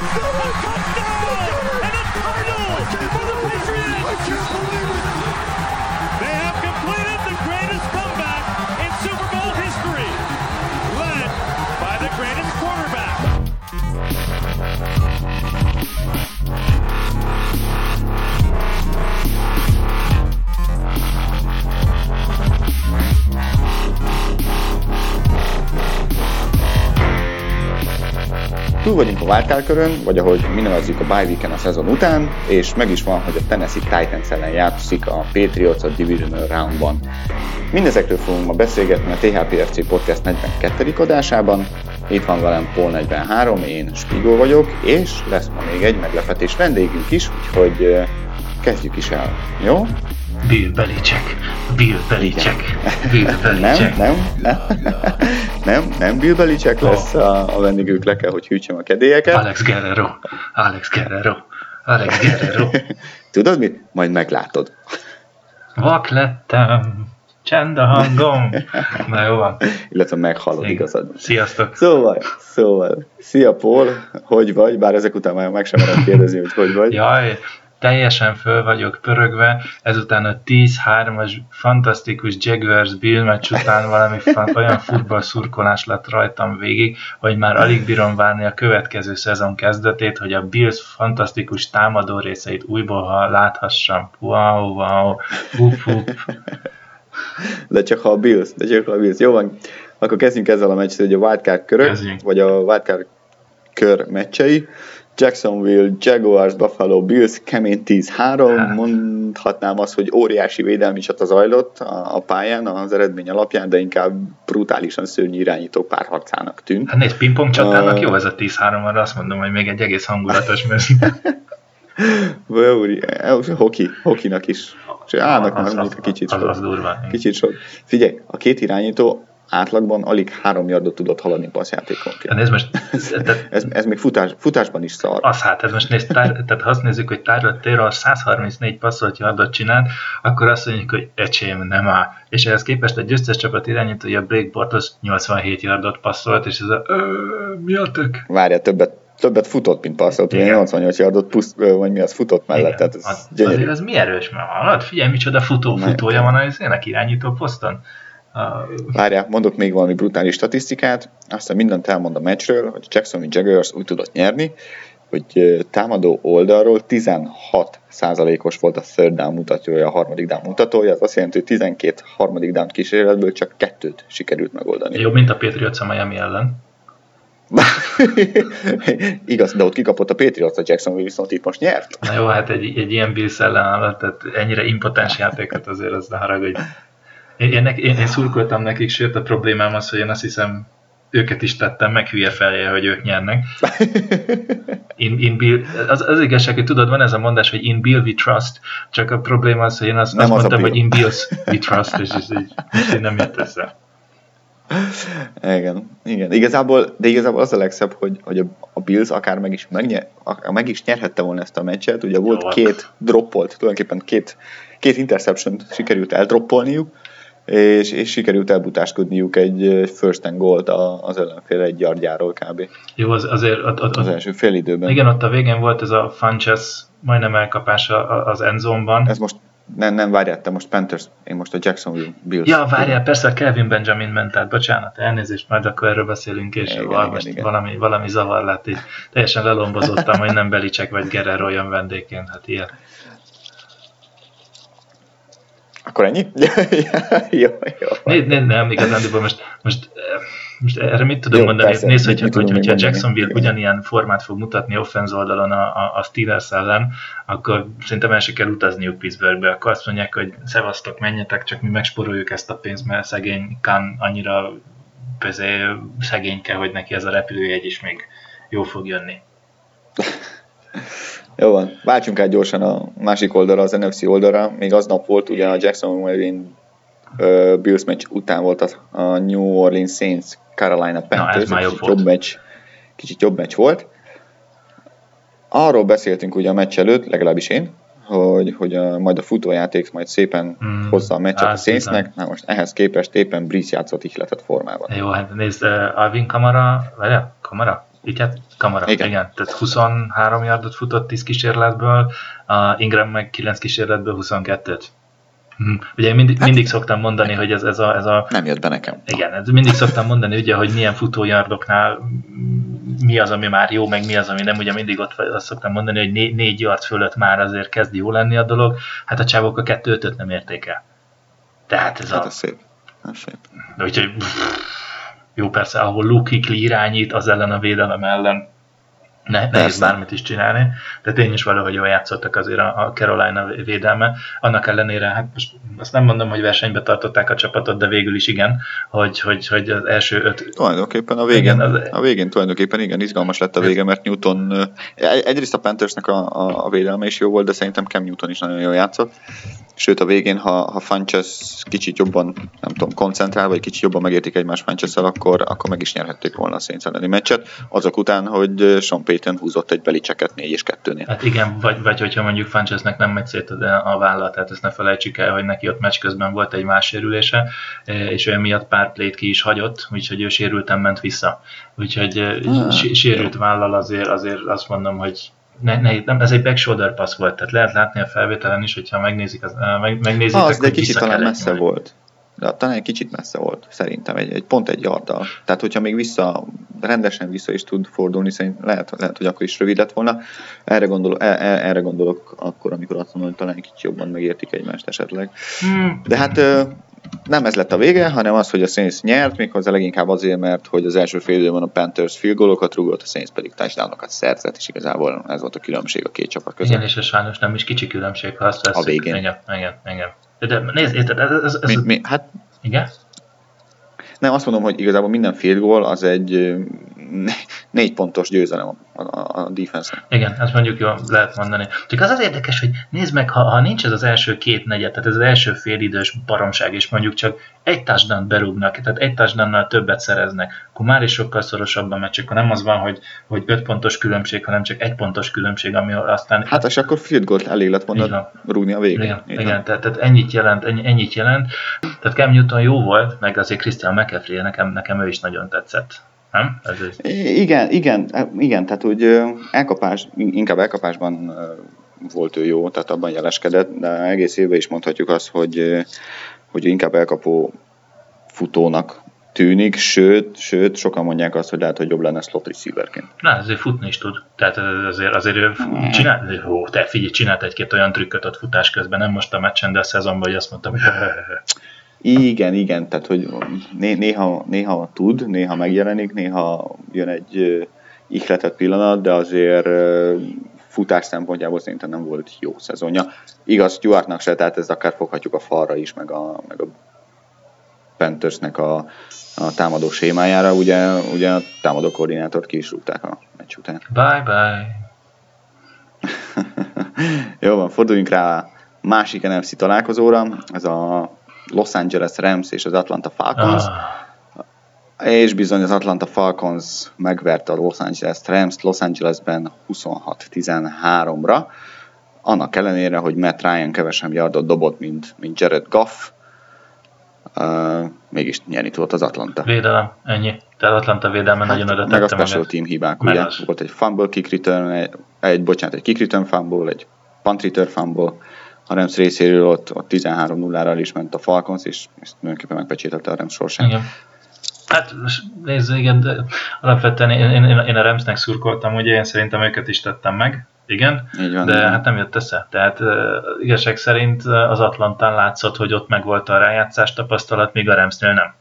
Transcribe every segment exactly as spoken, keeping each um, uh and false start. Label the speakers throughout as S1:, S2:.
S1: Túl vagyunk a wildcard körön, vagy ahogy mi nevezzük a bye weeken a szezon után, és meg is van, hogy a Tennessee Titans ellen játszik a Patriots a Divisional Roundban. Mindezekről fogunk ma beszélgetni a té há pé ef cé Podcast negyvenkettedik adásában. Itt van velem Paul negyvenhárom, én Spigó vagyok, és lesz ma még egy meglepetés vendégünk is, úgyhogy kezdjük is el, jó?
S2: Bill Belichick, Bill Belichick, Bill Belichick.
S1: Nem, nem, nem, nem Bill Belichick lesz a, a vendégünk, le kell, hogy hűtsem a kedélyeket.
S2: Alex Guerrero, Alex Guerrero, Alex Guerrero.
S1: Tudod mit? Majd meglátod.
S2: Vak lettem, csend a hangom. Na jó van.
S1: Illetve meghallod, igazad.
S2: Sziasztok.
S1: Szóval, szóval, szia Paul, hogy vagy? Bár ezek után már meg sem merem kérdezni, hogy hogy vagy.
S2: Jaj, teljesen föl vagyok pörögve, ezután a tíz hármas fantasztikus Jaguars Bill meccs után valami fan, olyan futballszurkolás lett rajtam végig, hogy már alig bírom várni a következő szezon kezdetét, hogy a Bills fantasztikus támadó részeit újból láthassam. Wow, wow, up, up.
S1: De csak ha a Bills, de csak ha a Bills. Jó van, akkor kezdjünk ezzel a meccsel, hogy a wildcard körök, kezdjünk. Vagy a wildcard kör meccsei. Jacksonville, Jaguars, Buffalo Bills, kemény tíz három, hát. Mondhatnám azt, hogy óriási védelmi csata zajlott a, a pályán az eredmény alapján, de inkább brutálisan szörnyű irányító párharcának tűnt.
S2: Hát nézd, pingpong csatának uh, jó ez a tíz három, arra azt mondom, hogy még egy egész hangulatos mező.
S1: Hoki, hokinak is. Állnak már mondjuk kicsit
S2: az,
S1: sok.
S2: Az durva.
S1: Kicsit sok. Figyelj, a két irányító átlagban alig három yardot tudott haladni passzjátékonként.
S2: Ez, most,
S1: ez, ez még futás, futásban is szar.
S2: Az hát, ez most nézd, tár, tehát ha azt nézzük, hogy Tyrod Taylor száz harmincnégy passzolt yardot csinált, akkor azt mondjuk, hogy ecsém, nem áll. És ehhez képest egy győztes csapat irányítója Blake Bortles nyolcvanhét yardot passzolt, és ez a mi a tök?
S1: Várjál, többet, többet futott, mint passzolt, ugye nyolcvannyolc yardot pusz, vagy mi az futott mellett. Tehát ez
S2: az, azért ez mi erős, mert hallod? Figyelj, micsoda futó-futója van az ének irányító poszton.
S1: Várjál, mondok még valami brutális statisztikát, aztán mindent elmond a meccsről, hogy Jacksonville Jaguars úgy tudott nyerni, hogy támadó oldalról tizenhat százalékos volt a third down mutatója, a harmadik down mutatója, az azt jelenti, hogy tizenkét harmadik down kísérletből csak kettőt sikerült megoldani.
S2: Jó, mint a Patriots a Miami ellen.
S1: Igaz, de ott kikapott a Patriots, a Jacksonville viszont itt most nyert.
S2: Na jó, hát egy, egy ilyen Bills ellen alatt, tehát ennyire impotens játékot azért az ne haragudj. Én, én, én, én szurkoltam nekik, sőt a problémám az, hogy én azt hiszem, őket is tettem meg hülye felé, hogy ők nyernek. In, in Bill, az, az igazság, hogy tudod, van ez a mondás, hogy in Bill we trust, csak a probléma az, hogy én azt, azt
S1: az
S2: mondtam, hogy in Bills we trust, és ez így, így nem jött össze.
S1: Igen, igen. Igazából, de igazából az a legszebb, hogy, hogy a Bills akár meg is, megnyer, meg is nyerhette volna ezt a meccset. Ugye volt Jó. két droppolt, tulajdonképpen két, két interception sikerült eldroppolniuk, és, és sikerült elbutáskodniuk egy first and goal-t az ellenfél egy yardjáról kb.
S2: Jó, az, azért... Ott, ott,
S1: az első fél időben.
S2: Igen, ott a végén volt ez a Funchess majdnem elkapása az endzone-ban.
S1: Ez most, nem, nem várjál, te most Panthers, én most a Jacksonville Bills.
S2: Ja, várjál, persze a Kelvin Benjamin ment át, bocsánat, elnézést, majd akkor erről beszélünk, és
S1: igen,
S2: val,
S1: igen,
S2: most
S1: igen.
S2: Valami, valami zavar lett itt. Teljesen lelombozottam, hogy nem Belichick vagy Guerrero jön vendégként, hát ilyen.
S1: Akkor ennyi? jó, jó.
S2: Né, né, nem, igazán, most, most, most erre mit tudom
S1: jó,
S2: mondani?
S1: Persze,
S2: Nézd, hogy, hogy, hogyha
S1: mondani.
S2: Jacksonville ugyanilyen formát fog mutatni offense oldalon a, a, a Steelers ellen, akkor szerintem el se kell utazniuk Pittsburghbe. Akkor azt mondják, hogy szevasztok, menjetek, csak mi megspóroljuk ezt a pénzt, mert szegény Khan annyira közé szegényke, hogy neki ez a repülőjegy is még jó fog jönni.
S1: Jó van, váltsunk át gyorsan a másik oldalra, az en ef cé oldalra. Még aznap volt, ugye a Jacksonville uh, Bills meccs után volt a, a New Orleans Saints Carolina Panthers.
S2: Na, ez
S1: kicsit, jobb meccs, kicsit jobb meccs volt. Arról beszéltünk ugye a meccs előtt, legalábbis én, hogy, hogy a, majd a futójáték majd szépen mm, hozza a meccset a Saintsnek. Na most ehhez képest éppen Brees játszott ihletett formában.
S2: Jó, hát nézd, uh, Alvin Kamara, vagy Kamara? Így hát Kamara, igen. igen. Tehát huszonhárom yardot futott tíz kísérletből, a Ingram meg kilenc kísérletből huszonkettőt. Hm. Ugye mindig, hát, mindig szoktam mondani, hogy ez, ez, a, ez a...
S1: Nem jött be nekem.
S2: Igen, ez mindig szoktam mondani, ugye, hogy milyen futóyardoknál mi az, ami már jó, meg mi az, ami nem. Ugye mindig ott azt szoktam mondani, hogy né- négy yard fölött már azért kezd jó lenni a dolog. Hát a csávok a kettő ötöt nem érték el. Tehát ez
S1: hát
S2: a...
S1: Ez szép. Ez szép.
S2: Úgyhogy jó, persze, ahol Luke Kuechly irányít, az ellen a védelem ellen ne, nehéz bármit is csinálni, de tény is valahogy jól játszottak azért a Carolina védelme. Annak ellenére, hát most azt nem mondom, hogy versenybe tartották a csapatot, de végül is igen, hogy, hogy, hogy az első öt...
S1: Tulajdonképpen a végén, igen, az... a végén tulajdonképpen igen, izgalmas lett a vége, mert Newton, egyrészt a Panthersnek a, a, a védelme is jó volt, de szerintem Cam Newton is nagyon jól játszott. Sőt, a végén, ha, ha Funchess kicsit jobban, nem tudom, koncentrál, vagy kicsit jobban megértik egymás Funchessel, akkor, akkor meg is nyerhették volna a Saints elleni meccset. Azok után, hogy Sean Payton húzott egy Belichicket négy és kettőnél.
S2: Hát igen, vagy, vagy hogyha mondjuk Funchessnek nem megy szét a vállal, tehát ezt ne felejtsük el, hogy neki ott meccs közben volt egy más sérülése, és olyan miatt pár plét ki is hagyott, úgyhogy ő sérülten ment vissza. Úgyhogy ah, sérült vállal azért, azért azt mondom, hogy Ne, ne, nem, ez egy back shoulder pass volt, tehát lehet látni a felvételen is, hogyha megnézik, az, meg, megnézitek,
S1: az, de egy kicsit talán messze
S2: nyúlni.
S1: volt. De talán egy kicsit messze volt, szerintem, egy, egy pont egy yarddal. Tehát, hogyha még vissza, rendesen vissza is tud fordulni, szerintem lehet, lehet, hogy akkor is rövid lett volna. Erre gondolok, erre gondolok akkor, amikor azt mondom, hogy talán egy kicsit jobban megértik egymást esetleg. Hmm. De hát nem ez lett a vége, hanem az, hogy a Saints nyert, méghozzá leginkább azért, mert hogy az első fél időben a Panthers field goalokat rúgott, a Saints pedig touchdownokat szerzett, és igazából ez volt a különbség a két csapat között.
S2: Igen, és ez sajnos nem is kicsi különbség, ha azt veszünk.
S1: A végén.
S2: Igen, igen, igen. De nézd, érted, ez, ez, ez...
S1: Mi, mi, hát...
S2: Igen?
S1: Nem, azt mondom, hogy igazából minden field goal az egy négy pontos győzelem a, a, a defense-nek.
S2: Igen, ezt mondjuk jól lehet mondani. Csak az az érdekes, hogy nézd meg, ha, ha nincs ez az első két negyed, tehát ez az első félidős baromság, és mondjuk csak egy touchdown berúgnak, tehát egy touchdownnal többet szereznek, akkor már is sokkal szorosabb a meccs, akkor nem az van, hogy, hogy öt pontos különbség, hanem csak egy pontos különbség, ami aztán...
S1: Hát és akkor field goal elég lett volna rúgni a végén.
S2: Igen, igen tehát, tehát ennyit jelent, ennyi, ennyit jelent. Tehát Cam Newton jó volt, meg azért Christian McCaffrey, nekem, nekem ő is nagyon tetszett. Nem? Ez ez.
S1: Igen, igen, igen, tehát úgy elkapás, inkább elkapásban volt ő jó, tehát abban jeleskedett, de egész évben is mondhatjuk azt, hogy, hogy inkább elkapó futónak tűnik, sőt, sőt, sokan mondják azt, hogy lehet, hogy jobb lenne slot receiverként.
S2: Na, azért futni is tud. Tehát azért, azért ő csinált, ó, te figyelj, csinált egy-két olyan trükköt ott futás közben, nem most a meccsen, de a szezonban, hogy azt mondtam, hogy
S1: Igen, igen, tehát hogy néha, néha tud, néha megjelenik, néha jön egy ihletett pillanat, de azért futás szempontjából szerintem nem volt jó szezonja. Igaz, Stuartnak se, tehát ezt akár foghatjuk a falra is, meg a, meg a Panthersnek a, a támadó sémájára, ugye, ugye a támadó koordinátort ki is rúgták a meccs után.
S2: Bye bye!
S1: Jó van, forduljunk rá a másik en ef cé találkozóra, ez a Los Angeles Rams és az Atlanta Falcons, ah. és bizony az Atlanta Falcons megverte a Los Angeles Rams Los Angelesben huszonhat tizenháromra, annak ellenére, hogy Matt Ryan kevesebb yardot dobott, mint, mint Jared Goff, uh, mégis nyerni tudott az Atlanta.
S2: Védelem, ennyi. Tehát Atlanta védelme hát, nagyon oda
S1: meg a special team hibák, ugye? Az. Volt egy fumble kick return, egy, egy, bocsánat, egy kick return fumble, egy punt return fumble, a Rams részéről ott, ott tizenhárom nullára is ment a Falcons, és ezt mindenképpen megpecsételte a Rams sorsán.
S2: Igen. Hát nézd, igen, de alapvetően én, én, én a Ramsnek szurkoltam, ugye én szerintem őket is tettem meg, igen,
S1: van,
S2: de
S1: igen.
S2: hát nem jött össze. Tehát uh, igazság szerint az Atlantán látszott, hogy ott meg volt a rájátszás tapasztalat, míg a Ramsnél nem.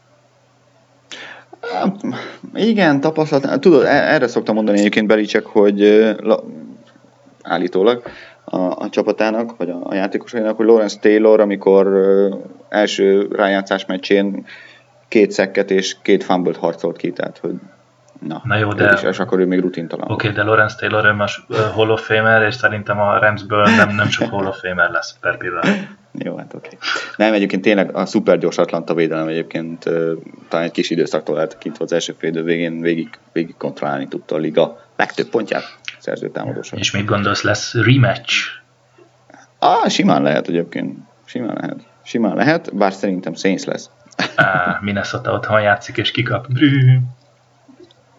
S1: Igen, tapasztalat. Tudod, erre szoktam mondani egyébként Belichick, hogy állítólag a, a csapatának, vagy a, a játékosainak, hogy Lawrence Taylor, amikor uh, első rájátszás meccsén két szekket és két fumble-t harcolt ki, tehát hogy na,
S2: na jó, de...
S1: is, és akkor ő még rutintalan.
S2: Oké, okay, de Lawrence Taylor ő most uh, Hall of Famer, és szerintem a Ramsből nem, nem sok Hall of Famer lesz per pillanat.
S1: Jó, hát oké. Okay. Nem, egyébként tényleg a szuper gyors Atlanta védelem egyébként uh, talán egy kis időszaktól lehet kint volt az első fél idő végén, végig, végig kontrollálni tudta a liga legtöbb pontját szerző támadósor.
S2: És mit gondolsz, lesz rematch?
S1: Ah, simán lehet egyébként. Simán lehet. Simán lehet, bár szerintem Saints lesz.
S2: Á, Minnesota otthon játszik és kikap.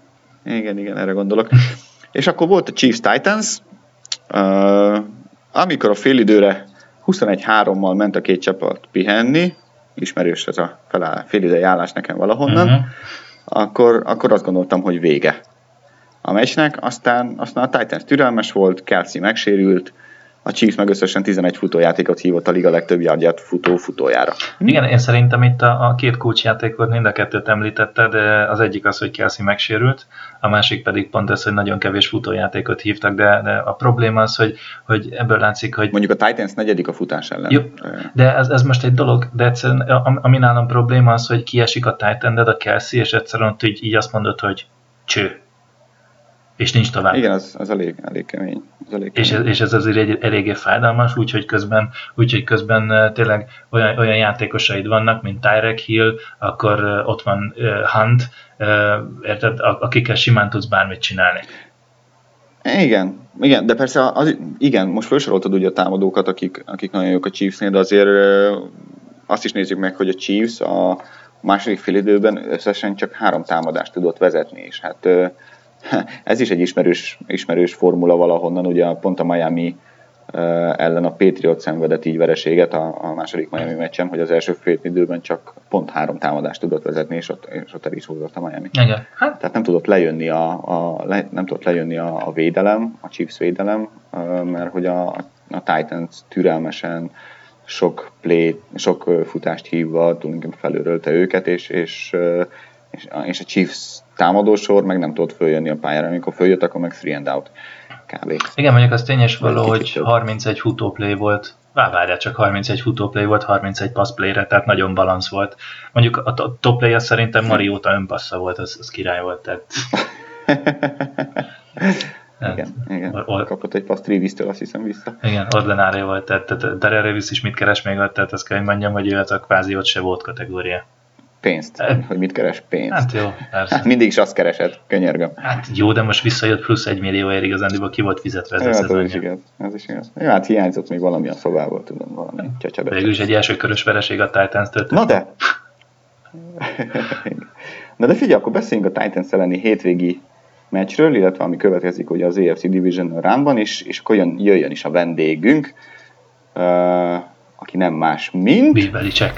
S1: Igen, igen, erre gondolok. És akkor volt a Chiefs Titans, uh, amikor a félidőre huszonegy hárommal ment a két csapat pihenni, ismerős ez a feláll, félidei állás nekem valahonnan, uh-huh. akkor, akkor azt gondoltam, hogy vége a meccsnek, aztán, aztán a Titans türelmes volt, Kelsey megsérült, a Chiefs meg összesen tizenegy futójátékot hívott a liga legtöbb yardját futó futójára.
S2: Igen, én szerintem itt a, a két kulcsjátékot mind a kettőt említette, de az egyik az, hogy Kelsey megsérült, a másik pedig pont ez, hogy nagyon kevés futójátékot hívtak, de, de a probléma az, hogy, hogy ebből látszik, hogy...
S1: Mondjuk a Titans negyedik a futás ellen.
S2: Jó, de ez, ez most egy dolog, de egyszerűen ami nálam probléma az, hogy kiesik a Titan, de a Kelsey, és egyszerűen így, így azt mondod, hogy cső. És nincs tovább.
S1: Igen, az, az elég, elég kemény. Az elég kemény.
S2: És, ez, és ez azért egy, eléggé fájdalmas, úgyhogy közben, úgyhogy közben tényleg olyan, olyan játékosaid vannak, mint Tyreek Hill, akkor ott van Hunt, érted, akikkel simán tudsz bármit csinálni.
S1: Igen, igen, de persze az, igen, most felsoroltad ugye a támadókat, akik, akik nagyon jók a Chiefsnél, de azért azt is nézzük meg, hogy a Chiefs a második félidőben összesen csak három támadást tudott vezetni, és hát ez is egy ismerős, ismerős formula valahonnan, ugye pont a Miami ellen a Patriot szenvedett így vereséget a, a második Miami meccsen, hogy az első fél időben csak pont három támadást tudott vezetni, és ott, és ott el is hozott a Miami.
S2: Igen. Hát.
S1: Tehát nem tudott lejönni a, a, le, nem tudott lejönni a, a védelem, a Chiefs védelem, mert hogy a, a Titans türelmesen sok play, sok futást hívva tulajdonképpen felőrölte őket, és, és, és, és a Chiefs támadósor meg nem tudott följönni a pályára, amikor följött, akkor meg three and out. Kb.
S2: Igen, mondjuk az tényes való, hogy harmincegy futóplay volt, várjál, csak harmincegy futóplay volt, harmincegy passplayre, tehát nagyon balansz volt. Mondjuk a top play az szerintem Mariota önpassza volt, az, az király volt. Tehát...
S1: igen, igen. Or- kapott egy passz Trevis-től, azt hiszem vissza.
S2: Igen, ordinária volt, tehát, tehát Darrell Revis is mit keres még ott, tehát azt kell, hogy mondjam, hogy ő az a kvázi ott se volt kategória.
S1: Pénzt, hát, hogy mit keres? Pénzt.
S2: Hát jó, persze.
S1: Hát mindig is azt keresed, könyörgöm.
S2: Hát jó, de most visszajött plusz egy millióért igazándiból ki volt fizetve ez a szezonja.
S1: Ez is igaz, ez is igaz. Jó, hát hiányzott még valami a szobából, tudom, valami csecsebet.
S2: Végül is egy első körös vereség a Titans-től.
S1: Na de! Na de figyelj, akkor beszéljünk a Titans elleni hétvégi meccsről, illetve ami következik ugye az á ef cé Division roundban is, és akkor jön, jöjjön is a vendégünk, uh, aki nem más, mint...
S2: Bill Belichick.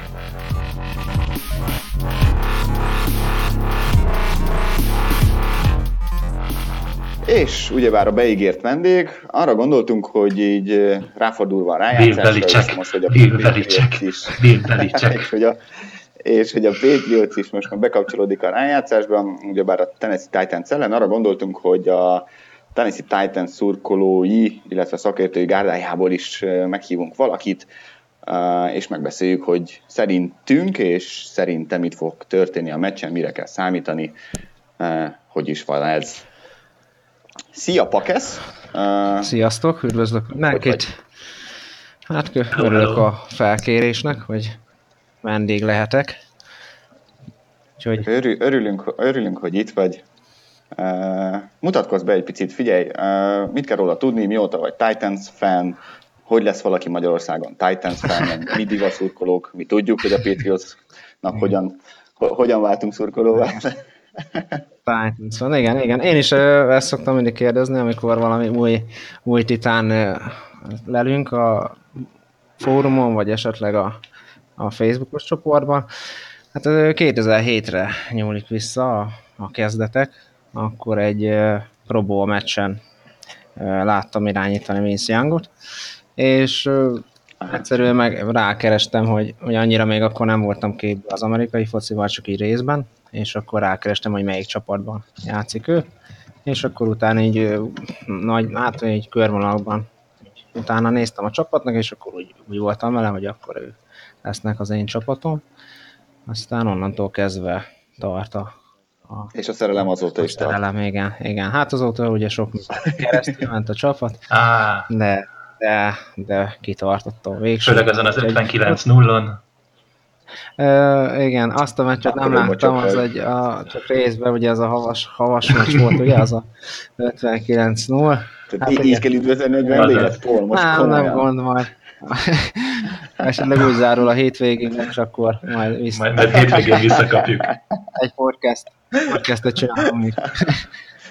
S1: És ugyebár a beígért vendég, arra gondoltunk, hogy így ráfordulva a rájátszásra, most, hogy a
S2: Bill Belichick is, Bill Belichick.
S1: és, hogy a, és hogy a Patriots is most már bekapcsolódik a rájátszásban, ugyebár a Tennessee Titans ellen, arra gondoltunk, hogy a Tennessee Titans szurkolói, illetve szakértői gárdájából is meghívunk valakit, és megbeszéljük, hogy szerintünk, és szerintem mit fog történni a meccsen, mire kell számítani, hogy is van ez. Szia, Pakesz!
S3: Uh, Sziasztok, üdvözlök mindenkit! Hát örülök a felkérésnek, hogy vendég lehetek. Úgyhogy...
S1: Örül, örülünk, örülünk, hogy itt vagy. Uh, mutatkozz be egy picit, figyelj, uh, mit kell róla tudni, mióta vagy Titans fan, hogy lesz valaki Magyarországon Titans fan, mi divat szurkolók, mi tudjuk, hogy a Patriotsnak hogyan, ho, hogyan váltunk szurkolóvá.
S3: Titans van, igen, igen. Én is ö, ezt szoktam mindig kérdezni, amikor valami új, új titán ö, lelünk a fórumon, vagy esetleg a, a Facebookos csoportban. Hát ö, kétezer-hétre nyúlik vissza a, a kezdetek, akkor egy ö, Pro Bowl meccsen ö, láttam irányítani Vince Youngot, és ö, egyszerűen meg rákerestem, hogy, hogy annyira még akkor nem voltam képbe az amerikai focival, csak így részben, és akkor rákerestem, hogy melyik csapatban játszik ő, és akkor utána így nagy, hát így körvonalakban utána néztem a csapatnak, és akkor úgy, úgy voltam vele, hogy akkor ő lesznek az én csapatom. Aztán onnantól kezdve tart a... a
S1: és a szerelem azóta is tart.
S3: A szerelem, igen, igen. Hát azóta ugye sok keresztül ment a csapat,
S2: ah.
S3: de, de, de kitartottam végső.
S2: Főleg azon az ötvenkilenc nullon.
S3: Uh, igen, azt a meccset nem láttam, az egy, a, csak részben, ugye ez a havas, havas meccs volt, ugye, az a ötvenkilenc null.
S1: Hát így, így kell üdvözölni egy vendéget, Paul, most
S3: nem, nem gond, majd. Esetleg úgy zárul a hétvégén, és akkor majd vissza.
S2: Majd, majd hétvégén visszakapjuk.
S3: Egy podcast, podcastet csinálom még.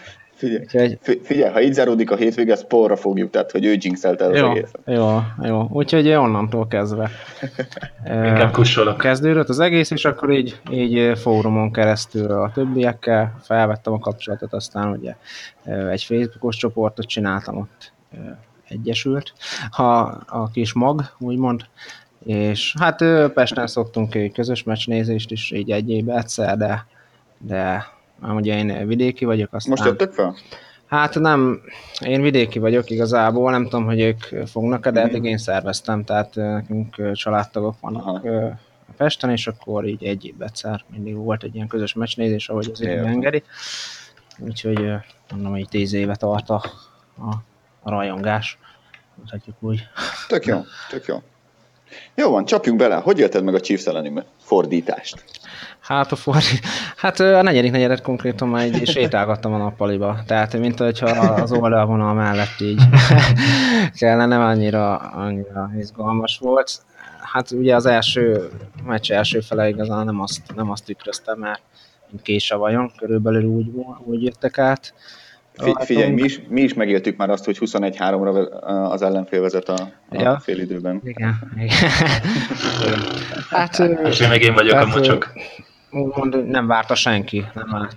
S1: Figyelj, Úgyhogy... figyelj, ha így záródik a hétvége, ezt Paulra fogjuk, tehát hogy ő jinxelte az
S3: jó,
S1: egészet.
S3: Jó, jó. Úgyhogy onnantól kezdve
S2: Inkább kussolok.
S3: Kezdődött az egész, és akkor így, így fórumon keresztül a többiekkel felvettem a kapcsolatot, aztán ugye egy Facebookos csoportot csináltam, ott egyesült a, a kis mag, úgymond, és hát Pesten szoktunk egy közös meccsnézést is, így egy évben egyszer, de, de ugye én vidéki vagyok. Aztán...
S1: Most jöttök fel?
S3: Hát nem, én vidéki vagyok igazából, nem tudom, hogy ők fognak-e, de eddig én szerveztem, tehát nekünk családtagok vannak Aha. Pesten, és akkor így egy évben egyszer mindig volt egy ilyen közös meccsnézés, ahogy az idő engedi. Úgyhogy mondom, hogy tíz éve tart a, a, a rajongás. Mondhatjuk úgy.
S1: Tök jó, tök jó. Jó van, csapjunk bele. Hogy élted meg a Chiefs elleni fordítást?
S3: Hát a, fordít... hát a negyedik negyedet konkrétan már így sétálgattam a nappaliba. Tehát, mint hogyha az oldalvonal mellett így kellene, annyira, annyira izgalmas volt. Hát ugye az első meccs első fele igazán nem azt, nem azt tükröztem, mert mint kése vajon, körülbelül úgy, úgy jöttek át.
S1: Figyelj, mi is, mi is megéltük már azt, hogy huszonegy háromra az ellenfél vezet a, a ja. félidőben.
S3: Igen, igen.
S2: Hát, és én meg én vagyok hát, a mocsok.
S3: Úgymond nem várta senki, nem várt.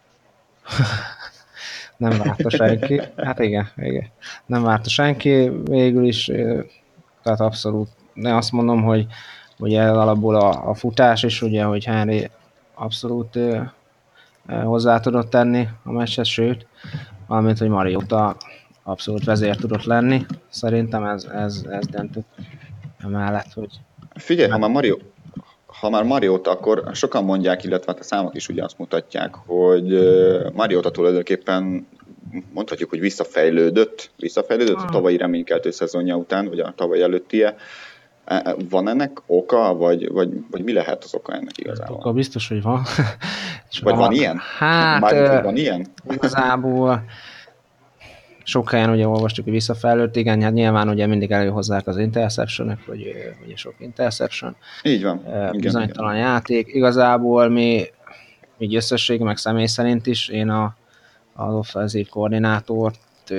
S3: nem várta senki. Hát igen, igen. Nem várta senki, végül is, tehát abszolút. De azt mondom, hogy ugye alapból a, a futás is, ugye, hogy Henry abszolút hozzá tudott tenni a meccset, sőt, valamint, hogy Mariota abszolút vezér tudott lenni. Szerintem ez, ez, ez döntött emellett, hogy...
S1: Figyelj, ha már, Mario, ha már Mariota, akkor sokan mondják, illetve a számok is ugye azt mutatják, hogy Mariota tulajdonképpen mondhatjuk, hogy visszafejlődött, visszafejlődött a tavalyi reménykeltő szezonja után, vagy a tavaly előttie. Van ennek oka, vagy, vagy, vagy mi lehet az oka ennek igazából?
S3: Oka biztos, hogy van.
S1: Vagy van ilyen?
S3: Hát,
S1: Bármint, van ilyen?
S3: Igazából sok helyen ugye olvastuk, hogy visszafejlődött, igen, hát nyilván ugye mindig előhozzák az interception-ök, vagy ugye sok interception.
S1: Így van.
S3: Bizonytalan igen. játék. Igazából mi így összességében, meg személy szerint is, én a, az offenzív koordinátort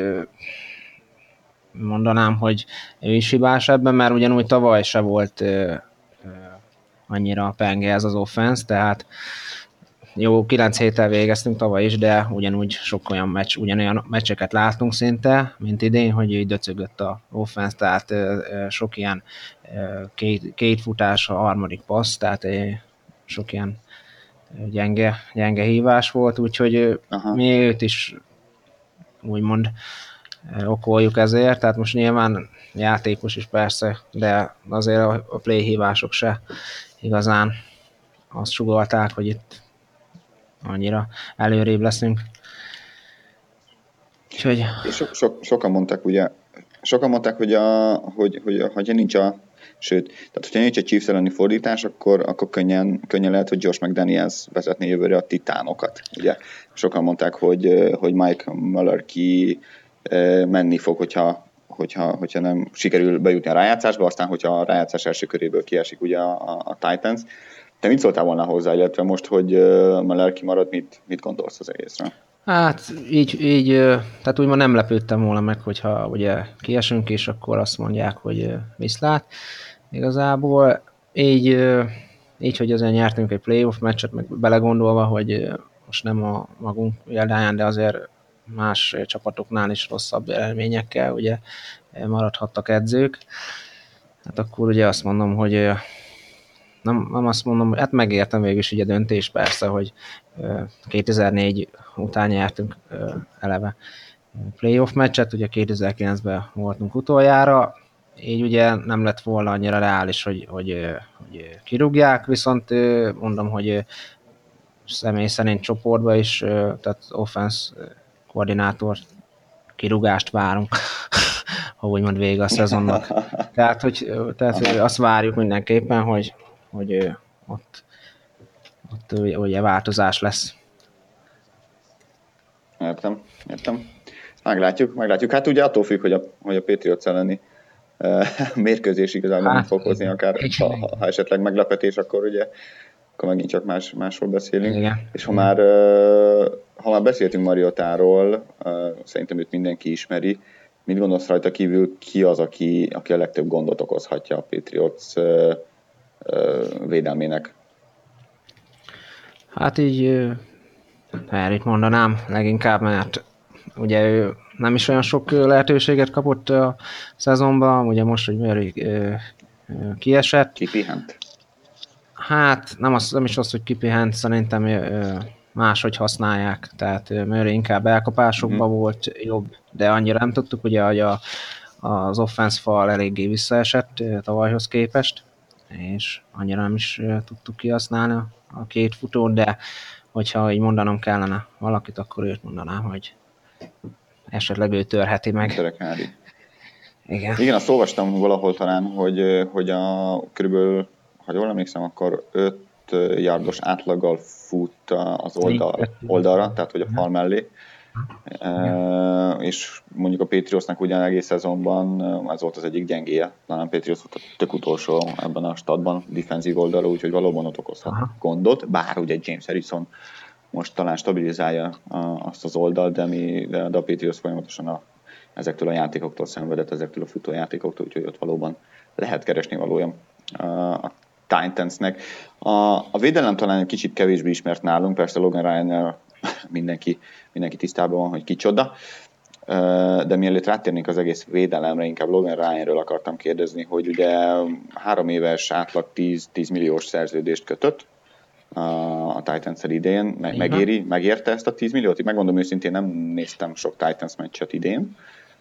S3: mondanám, hogy ő is hibás ebben, mert ugyanúgy tavaly se volt ö, ö, annyira penge ez az offense, tehát jó, kilenc héttel végeztünk tavaly is, de ugyanúgy sok olyan meccs, ugyanolyan meccseket láttunk szinte, mint idén, hogy így döcögött a offense, tehát ö, ö, sok ilyen ö, két, két futás a harmadik passz, tehát ö, sok ilyen gyenge, gyenge hívás volt, úgyhogy Aha. mi őt is úgymond okoljuk ezért, tehát most nyilván játékos is persze, de azért a play hívások se igazán azt sugallták, hogy itt annyira előrébb leszünk. Úgyhogy...
S1: So, so, sokan mondták ugye, sokan mondták, hogy, a, hogy, hogy, hogy nincs a, sőt, tehát hogyha nincs egy Chiefs elleni fordítás, akkor, akkor könnyen, könnyen lehet, hogy Josh McDaniels vezetné jövőre a titánokat. Ugye? Sokan mondták, hogy, hogy Mike Mularkey menni fog, hogyha, hogyha, hogyha nem sikerül bejutni a rájátszásba, aztán, hogyha a rájátszás első köréből kiesik ugye a, a, a Titans. Te mit szóltál volna hozzá, illetve most, hogy Mularkey marad, mit, mit gondolsz az egészre?
S3: Hát így, így, tehát úgymond nem lepődtem volna meg, hogyha ugye kiesünk, és akkor azt mondják, hogy viszlát. Igazából így, így, hogy azért nyertünk egy playoff meccset, meg belegondolva, hogy most nem a magunk példáján, de azért más csapatoknál is rosszabb eredményekkel ugye maradhattak edzők. Hát akkor ugye azt mondom, hogy nem, nem azt mondom, hogy hát megértem végül is ugye a döntés persze, hogy kétezer-négy után nyertünk eleve playoff meccset, ugye kétezer-kilencben voltunk utoljára, így ugye nem lett volna annyira reális, hogy, hogy, hogy kirúgják, viszont mondom, hogy személy szerint csoportban is, tehát offense koordinátor kirúgást várunk, ha úgymond vége a szezonnak. Tehát, hogy, tehát hogy azt várjuk mindenképpen, hogy, hogy ott, ott ugye változás lesz.
S1: Értem, értem. Meglátjuk, meglátjuk. Hát ugye attól függ, hogy a, hogy a Patriots elleni uh, mérkőzés igazából hát, nem fog hozni, akár ha, ha esetleg meglepetés, akkor ugye akkor megint csak más, másról beszélünk.
S3: Igen.
S1: És ha már, ha már beszéltünk Mariotáról, szerintem őt mindenki ismeri, mit gondolsz rajta kívül, ki az, aki, aki a legtöbb gondot okozhatja a Patriots védelmének?
S3: Hát így Harryt mondanám leginkább, mert ugye ő nem is olyan sok lehetőséget kapott a szezonban, ugye most, hogy Murray kiesett.
S1: Kipihent?
S3: Hát nem, az, nem is az, hogy kipihent, szerintem máshogy használják, tehát Murray inkább elkapásokban mm-hmm. volt jobb, de annyira nem tudtuk, ugye, hogy a, az offense fal eléggé visszaesett tavalyhoz képest, és annyira nem is tudtuk kihasználni a két futót, de hogyha így mondanom kellene valakit, akkor őt mondanám, hogy esetleg ő törheti meg.
S1: Törekári.
S3: Igen.
S1: Igen, azt olvastam valahol talán, hogy, hogy a körülbelül, ha jól emlékszem, akkor öt yardos átlaggal fut az oldal, oldalra, tehát hogy a fal mellé. E, és mondjuk a Patriotsnak ugyan egész szezonban ez volt az egyik gyengéje. Talán Patriots volt a tök utolsó ebben a stadban, defenzív oldalra, úgyhogy valóban ott okozhat Aha. gondot, bár ugye James Harrison most talán stabilizálja azt az oldalt, de, mi, de a Patriots folyamatosan a, ezektől a játékoktól szenvedett, ezektől a futójátékoktól, úgyhogy ott valóban lehet keresni valójában a Titansnek. A, a védelem talán egy kicsit kevésbé ismert nálunk, persze Logan Ryan mindenki, mindenki tisztában van, hogy kicsoda, de mielőtt rátérnénk az egész védelemre, inkább Logan Ryanről akartam kérdezni, hogy ugye három éves átlag tíz, tíz milliós szerződést kötött a Titans-el idén, meg, megéri, megérte ezt a tíz milliót? Megmondom őszintén, nem néztem sok Titans meccset idén.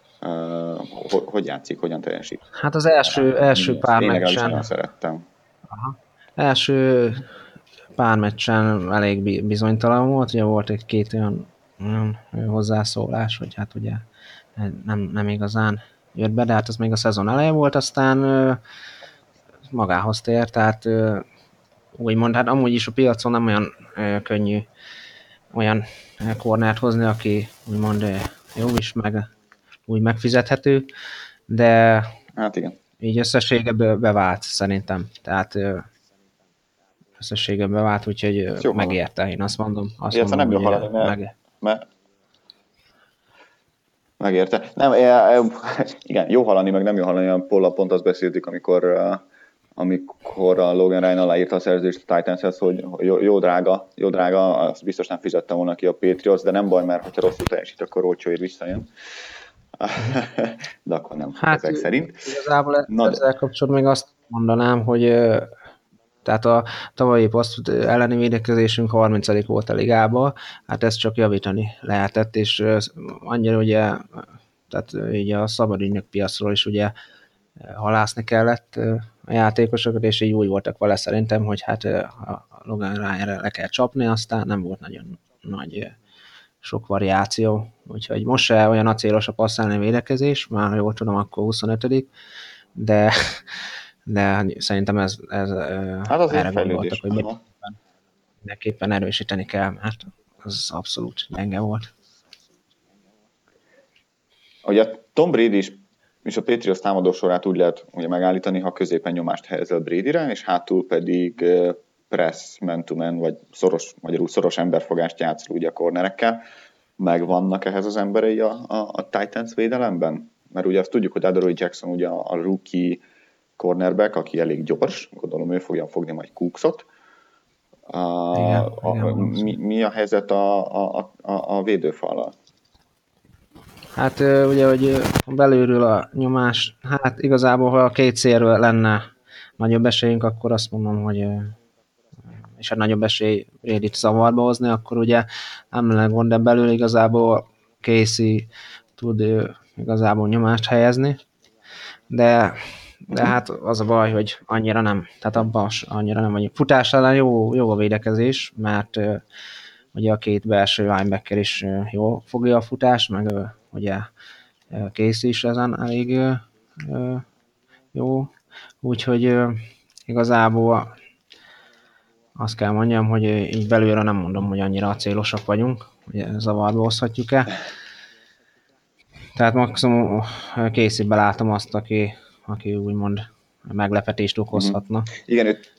S1: Uh, hogy játszik, hogyan teljesít?
S3: Hát az első, első pár
S1: Én
S3: meccsen...
S1: Én szerettem.
S3: Aha. Első pár meccsen elég bizonytalan volt, ugye volt egy-két olyan, olyan hozzászólás, hogy hát ugye nem, nem igazán jött be, de hát az még a szezon eleje volt, aztán magához tér, tehát úgymond, hát amúgy is a piacon nem olyan könnyű olyan cornert hozni, aki úgymond jó is, meg úgy megfizethető, de
S1: hát igen.
S3: Így összességében bevált szerintem, tehát összességében bevált, úgyhogy megérte, én azt mondom. Azt
S1: Illetve
S3: mondom,
S1: nem jó hallani, mert, meg... mert megérte. Nem, igen, jó hallani, meg nem jó hallani, Paul pont azt beszéltük, amikor, amikor a Logan Ryan aláírta a szerződést a Titanshez, hogy jó, jó drága, jó drága, azt biztos nem fizettem volna ki a Patriots, de nem baj, mert ha rosszul teljesít, akkor olcsóért visszajön. De akkor nem, hát, ezek szerint.
S3: Igazából Na, ezzel kapcsolatban még azt mondanám, hogy tehát a tavalyi poszt elleni védekezésünk harmincadik volt a ligában, hát ezt csak javítani lehetett, és annyira ugye, tehát így a szabadügynök piacról is ugye halászni kellett a játékosokat, és így úgy voltak vele szerintem, hogy hát a Logan Ryanre le kell csapni, aztán nem volt nagyon nagy sok variáció, úgyhogy most se olyan acélos a passzálni védekezés, már jól tudom, akkor huszonötödik, de, de szerintem ez, ez
S1: hát az
S3: erre gondoltak, hogy mindenképpen, mindenképpen erősíteni kell, mert az abszolút gyenge volt.
S1: Ugye Tom Brady is, és a Patriots támadó sorát úgy lehet ugye megállítani, ha középen nyomást helyezel Bradyre, és hátul pedig press, man-to-man, vagy szoros, magyarul szoros emberfogást játszol ugye a cornerekkel. Megvannak ehhez az emberei a, a, a Titans védelemben? Mert ugye azt tudjuk, hogy Adoree Jackson ugye a, a rookie cornerback, aki elég gyors, gondolom ő fogja fogni majd Cooksot. A, igen, a, igen, mi, mi a helyzet a, a, a, a védőfallal?
S3: Hát ugye, hogy belülről a nyomás, hát igazából, ha a két szélről lenne nagyobb esélyünk, akkor azt mondom, hogy és a nagyobb esély Brady-t zavarba hozni, akkor ugye nem lenne gond, de belül igazából Casey tud igazából nyomást helyezni, de, de hát az a baj, hogy annyira nem, tehát abban annyira nem vagyunk. Futás ellen jó, jó a védekezés, mert uh, ugye a két belső linebacker is uh, jó fogja a futást, meg uh, ugye uh, Casey is ezen elég uh, uh, jó, úgyhogy uh, igazából azt kell mondjam, hogy így belülre nem mondom, hogy annyira acélosak vagyunk, hogy zavarba hozhatjuk el. Tehát maximum Casey-be látom azt, aki, aki úgymond meglepetést okozhatna.
S1: Mm-hmm. Igen, őt,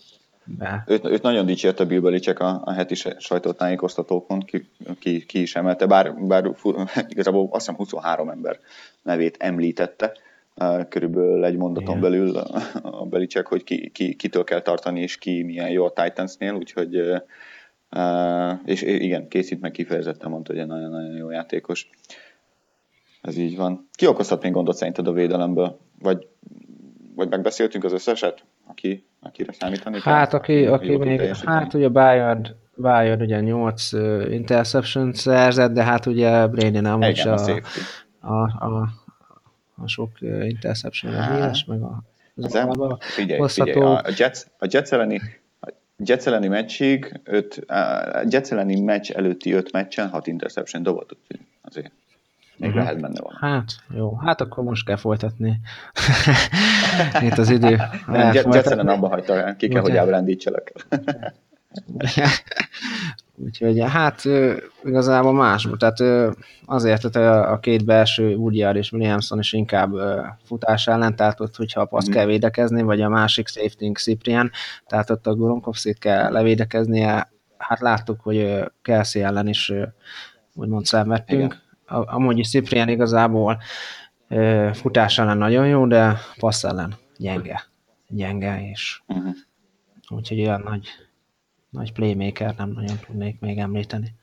S3: be.
S1: Őt, őt nagyon dicsérte Bill Belichick a, a heti sajtótájékoztatókon, ki, ki, ki is emelte, bár, bár igazából azt hiszem huszonhárom ember nevét említette, körülbelül egy mondaton igen. belül a Belichick, hogy ki, ki, kitől kell tartani, és ki milyen jó a Titansnél, úgyhogy és igen, készít meg kifejezetten mondta, hogy egy nagyon-nagyon jó játékos. Ez így van. Ki okozhat még gondot szerinted a védelemből? Vagy, vagy megbeszéltünk az összeset, aki, akire számítani kell?
S3: Hát, aki, aki még, hát ugye Bayard, Bayard ugye nyolc uh, interception szerzett, de hát ugye Brady nem úgy a, a, a, a sok uh, interception-re híres, meg a
S1: zavarba figyelj, figyelj, a Jets, a Jets elleni Jets elleni meccsig, öt, a Jets elleni meccs előtti öt meccsen hat interception dobott, azért még uh-huh. lehet benne van.
S3: Hát, jó, hát akkor most kell folytatni. Itt az idő.
S1: Jets ellen abba hagyta, ki kell, hogy ábrándítsalak.
S3: Úgyhogy hát igazából más, tehát azért tehát a két belső Woodyard és Williamson is inkább futás ellen, tehát ott, hogyha a passz mm. kell védekezni, vagy a másik safety Cyprian, tehát ott a Gronkowski kell levédekeznie, hát láttuk, hogy Kelsey ellen is úgymond szenvedtünk. Amúgy is Cyprian igazából futás ellen nagyon jó, de passz ellen gyenge, gyenge, és mm. úgyhogy olyan nagy nagy playmaker nem nagyon tudnék még említeni.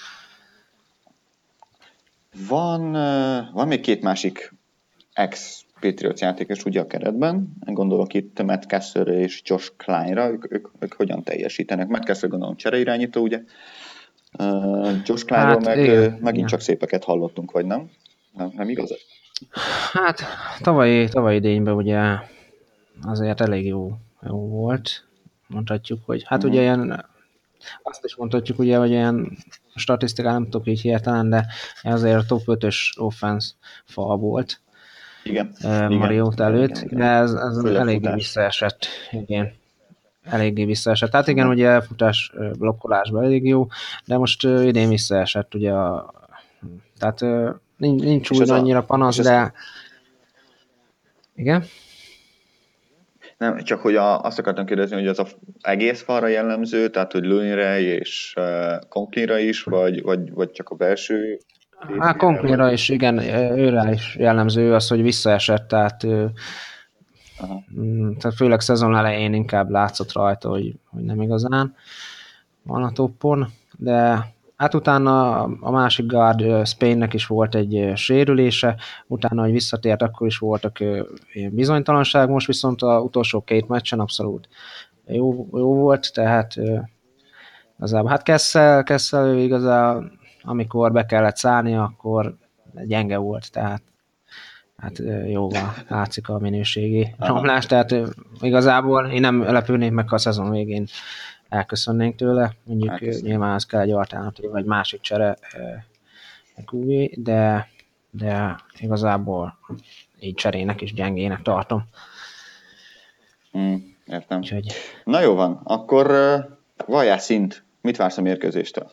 S1: Van, van még két másik ex-Patriots játékos ugye a keretben. Gondolok itt Matt Castle és Josh Kleinra. Ők, ők, ők hogyan teljesítenek? Matt Castle gondolom csereirányító, ugye? Uh, Josh Kleinról hát, meg igen, megint igen. csak szépeket hallottunk, vagy nem? Nem, nem igaz?
S3: Hát tavalyi, tavalyi idényben ugye azért elég jó, jó volt. Mondhatjuk, hogy hát uh-huh. ugye ilyen, azt is mondhatjuk ugye, hogy ilyen statisztikán nem tudok így hirtelen, de azért a top ötös offense fal volt.
S1: Igen.
S3: Uh, Mariota előtt, igen, igen. de ez, ez eléggé visszaesett. Igen. Eléggé visszaesett. Tehát igen, uh-huh. ugye futás blokkolásban elég jó, de most uh, idén visszaesett ugye a, tehát uh, nincs, nincs úgy annyira panasz, de a... igen.
S1: Nem, csak hogy a, azt akartam kérdezni, hogy az a egész falra jellemző, tehát hogy Looney-re és uh, Conklinra is, vagy, vagy, vagy csak a belső?
S3: Hát Conklinra is, igen, őre is jellemző az, hogy visszaesett, tehát, Aha. tehát főleg szezon elején inkább látszott rajta, hogy, hogy nem igazán van a toppon, de hát utána a másik guard Spainnek is volt egy sérülése, utána, hogy visszatért, akkor is voltak ilyen bizonytalanság, most viszont az utolsó két meccsen abszolút jó, jó volt, tehát igazából, hát Kessel, Kessel igazából, amikor be kellett szállni, akkor gyenge volt, tehát hát jóval látszik a minőségi romlás, tehát igazából én nem lepülnék meg, ha a szezon végén elköszönnénk tőle, mondjuk hát, nyilván az kell egy alternatív, vagy másik csere kú vé, de, de igazából így cserének is gyengének tartom.
S1: Mm, értem. Úgyhogy... Na jó van, akkor uh, valljál szint, mit vársz a mérkőzéstől?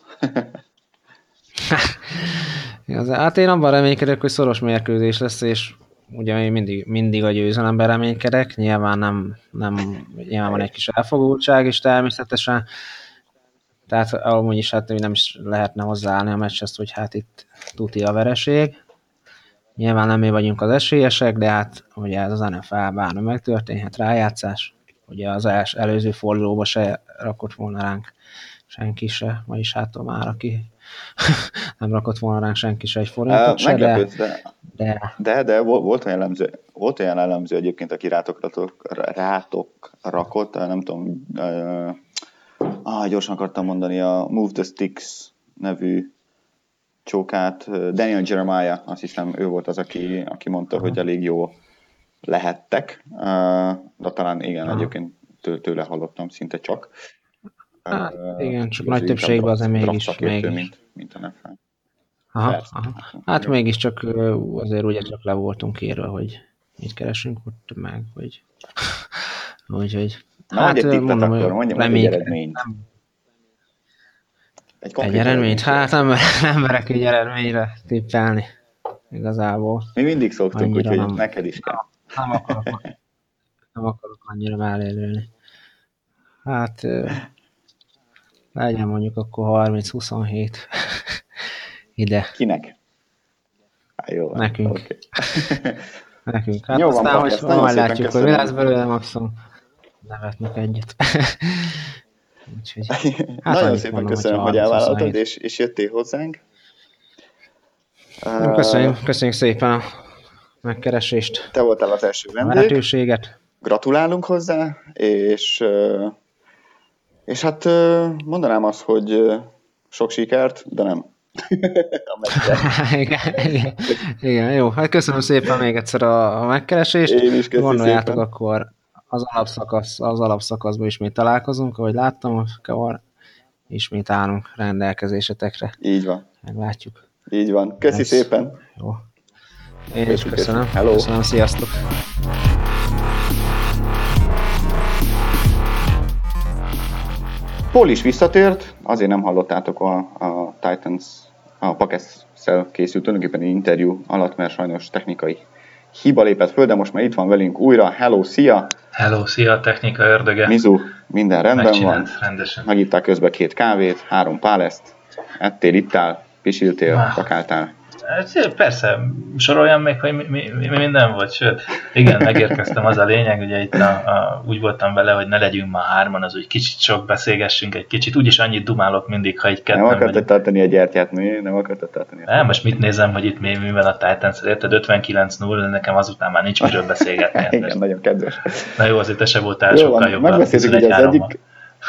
S3: Hát én abban reménykedek, hogy szoros mérkőzés lesz, és ugye én mindig, mindig a győzelemben reménykedek, nyilván nem, nem nyilván van egy kis elfogultság is természetesen, tehát amúgy is hát nem is lehetne hozzáállni a meccshez, hogy hát itt tuti a vereség. Nyilván nem mi vagyunk az esélyesek, de hát ugye ez az en ef el bármi megtörténhet, rájátszás. Ugye az els, előző fordulóba se rakott volna ránk senki se, vagyis hát már aki nem rakott volna ránk senki se egy forintot uh, se, de,
S1: de... De, de volt olyan elemző, volt olyan elemző egyébként, aki rátok, rátok, rátok rakott, nem tudom, uh, ah, gyorsan akartam mondani, a Move the Sticks nevű csókát, Daniel Jeremiah, azt hiszem ő volt az, aki, aki mondta, uh-huh. hogy elég jó lehettek, uh, de talán igen, uh-huh. egyébként tő, tőle hallottam szinte csak.
S3: Hát, uh, igen, csak nagy többségben azért mégis. mégis.
S1: Mint, mint a nef el.
S3: Aha, aha. Hát igen. Mégiscsak azért ugye csak le voltunk írva, hogy mit keresünk ott meg, hogy úgyhogy
S1: Na, hát egy mondom, akkor, mondjam, egy eredményt. Nem...
S3: Egy, egy eredményt? Hát nem, nem merek egy eredményre tippelni igazából.
S1: Mi mindig szoktunk, úgyhogy nem... neked is kell.
S3: Nem akarok, nem akarok annyira mellélőni. Hát legyen mondjuk akkor harminc huszonhét ide.
S1: Kinek? Há, jó,
S3: nekünk.
S1: Okay.
S3: nekünk. Hát
S1: jó
S3: aztán,
S1: van,
S3: hogy majd látjuk, hogy mi lesz belőle, maximum nevetnek egyet. Úgyhogy,
S1: hát nagyon szépen mondom, köszönöm, hogy elvállaltad, és, és jöttél hozzánk.
S3: Uh, köszönjük, köszönjük szépen a megkeresést.
S1: Te voltál az első vendég.
S3: A lehetőséget.
S1: Gratulálunk hozzá, és, és hát mondanám azt, hogy sok sikert, de nem.
S3: igen, igen, igen, jó. Hát köszönöm szépen még egyszer a, a megkeresést.
S1: Én is köszönöm.
S3: Gondoljátok, szépen. Akkor az alapszakasz, az alapszakaszban ismét találkozunk, ahogy láttam, akkor ismét állunk rendelkezésetekre.
S1: Így van.
S3: Meglátjuk.
S1: Így van. Köszi Ez... szépen.
S3: Jó. Én is köszönöm.
S1: Hello.
S3: Köszönöm, sziasztok.
S1: Paul is visszatért, azért nem hallottátok a, a Titans, a Packers-szel készült tulajdonképpen egy interjú alatt, mert sajnos technikai hiba lépett föl, de most már itt van velünk újra. Hello, szia!
S2: Hello, szia, technika ördöge!
S1: Mizu, minden rendben
S2: Megcsinált,
S1: van.
S2: rendesen.
S1: Megittál közben két kávét, három páleszt, ettél, ittál, pisiltél, kakáltál.
S2: Persze, soroljam még, hogy mi, mi, mi minden volt, sőt, igen, megérkeztem, az a lényeg, ugye itt a, a, úgy voltam vele, hogy ne legyünk ma hárman, az úgy kicsit sok beszélgessünk egy kicsit, úgyis annyit dumálok mindig, ha egy ketten
S1: Nem akartad tartani a gyertyát, mi? Nem akartad tartani.
S2: Nem, most mit nézem, hogy itt mi, mi van a Titans-el, érted? ötvenkilenc null, nekem azután már nincs miről beszélgetni.
S1: Igen, hát, nagyon kedves.
S2: Na jó, azért te se voltál jó, sokkal jobb.
S1: Megbeszéltük ugye az egyik...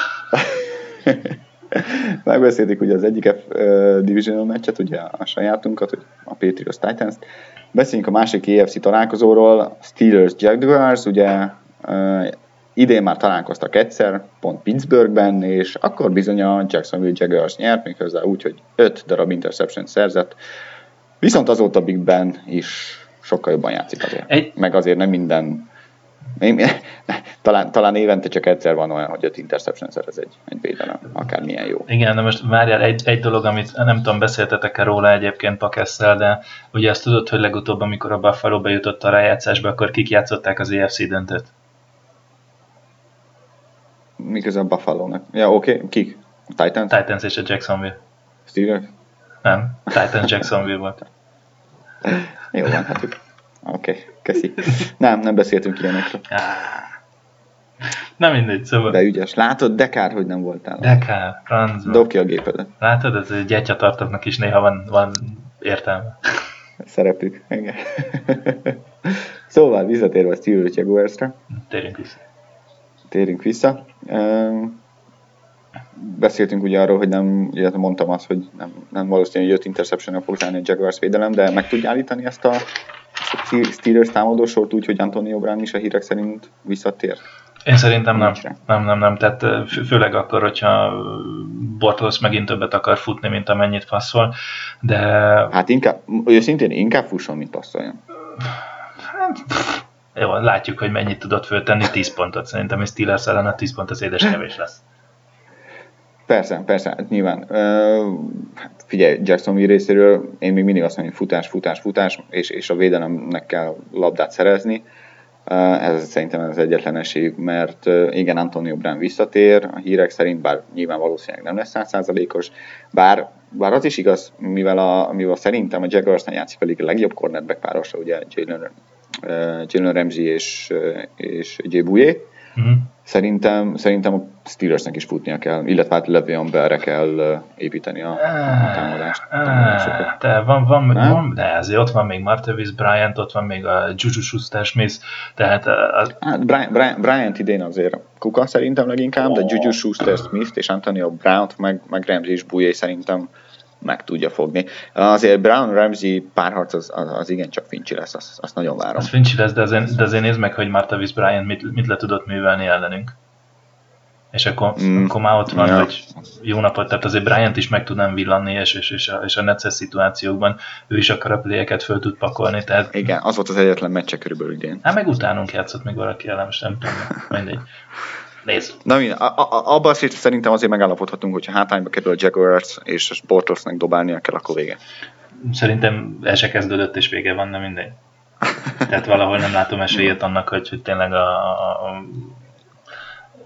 S1: Megbeszéltük ugye az egyik F uh, divisional meccset, ugye a sajátunkat, hogy a Patriots Titans-t. Beszéljünk a másik á ef cé találkozóról, Steelers Jaguars, ugye uh, idén már találkoztak egyszer, pont Pittsburghben, és akkor bizony a Jacksonville Jaguars nyert, méghozzá úgy, hogy öt darab interception szerzett. Viszont azóta Big Ben is sokkal jobban játszik azért. Egy... Meg azért nem minden... Én, talán, talán évente csak egyszer van olyan, hogy öt interception szerez egy, egy védelem, akármilyen jó.
S2: Igen, de most várjál, egy, egy dolog, amit nem tudom, beszéltetek-e róla egyébként Pakesszel, de ugye azt tudod, hogy legutóbb, amikor a Buffalo bejutott a rájátszásba, akkor kik játszották az á ef cé döntőt?
S1: Miközben a Buffalo-nak? Ja, oké, okay. Kik? A Titans?
S2: Titans és a Jacksonville.
S1: Steelers?
S2: Nem, Titans Jacksonville volt.
S1: Jó van, hát oké, okay, köszi. Nem, nem beszéltünk ilyenekről.
S2: Nem mindegy, szóval...
S1: De ügyes. Látod, de kár, hogy nem voltál.
S2: De kár, francba.
S1: Dob ki a gépedet.
S2: Látod, ez gyertyatartóknak is néha van, van értelme.
S1: Szerepük, igen. Szóval, visszatérve a Steelers Jaguarsra.
S2: Térjünk vissza.
S1: Térjünk vissza. Beszéltünk ugye arról, hogy nem, illetve mondtam azt, hogy nem, nem valószínű, hogy öt interception-nel fog zárni a Jaguars védelem, de meg tudja állítani ezt a Steelers támadósort úgy, hogy Antonio Brown is a hírek szerint visszatér?
S2: Én szerintem nem. Nem, nem, nem. Tehát fő, főleg akkor, hogyha Bortles megint többet akar futni, mint amennyit passzol, de...
S1: Hát inkább, őszintén inkább fusson, mint passzoljon.
S2: Hát, jó, látjuk, hogy mennyit tudott föltenni, tíz pontot. Szerintem és Steelers ellen a tíz pont az édes kevés lesz.
S1: Persze, persze, hát nyilván. Uh, hát figyelj, Jacksonville részéről én még mindig azt mondom, hogy futás, futás, futás, és, és a védelemnek kell labdát szerezni. Uh, ez szerintem az egyetlen esélyük, mert uh, igen, Antonio Brown visszatér, a hírek szerint, bár nyilván valószínűleg nem lesz száz százalékos, bár, bár az is igaz, mivel, a, mivel szerintem a Jaguarsnál játszik pedig a legjobb cornerback párosra, ugye Jalen, uh, Jalen Ramsey és, uh, és Jay Bouye. Mm-hmm. Szerintem, szerintem a Steelersnek is futnia kell, illetve hát Le'Veon Bellre kell építeni a, a támadást.
S2: De van, van, van, de azért ott van még Martavis Bryant, ott van még a Juju Schuster-Smith, tehát... Az...
S1: Hát Bryant, Bryant, Bryant idén azért kuka szerintem leginkább, de Juju Schuster-Smith és Antonio Brown-t, meg, meg Ramsey és Bouye szerintem meg tudja fogni. Azért Brown-Ramsey párharc az, az, az igencsak fincsi lesz, azt, azt nagyon várom.
S2: Az fincsi lesz, de azért, de azért nézd meg, hogy Martavis Bryant mit, mit le tudott művelni ellenünk. És akkor, mm. akkor már ott van, ja. Hogy jó napot, tehát azért Bryant is meg tudnám villanni, és, és, és, a, és a necces szituációkban ő is akar a playeket föl tud pakolni. Tehát...
S1: Igen, az volt az egyetlen meccse körülbelül idén.
S2: Hát meg utánunk játszott még valaki ellen, most nem tudom, mindegy. Nézd.
S1: Na, abban szerintem azért megállapodhatunk, hogyha hátrányba kerül a Jaguars, és a Bortlesnek dobálnia kell, akkor vége.
S2: Szerintem el se kezdődött, és vége van, nem mindegy. Tehát valahol nem látom esélyét annak, hogy, hogy tényleg a, a, a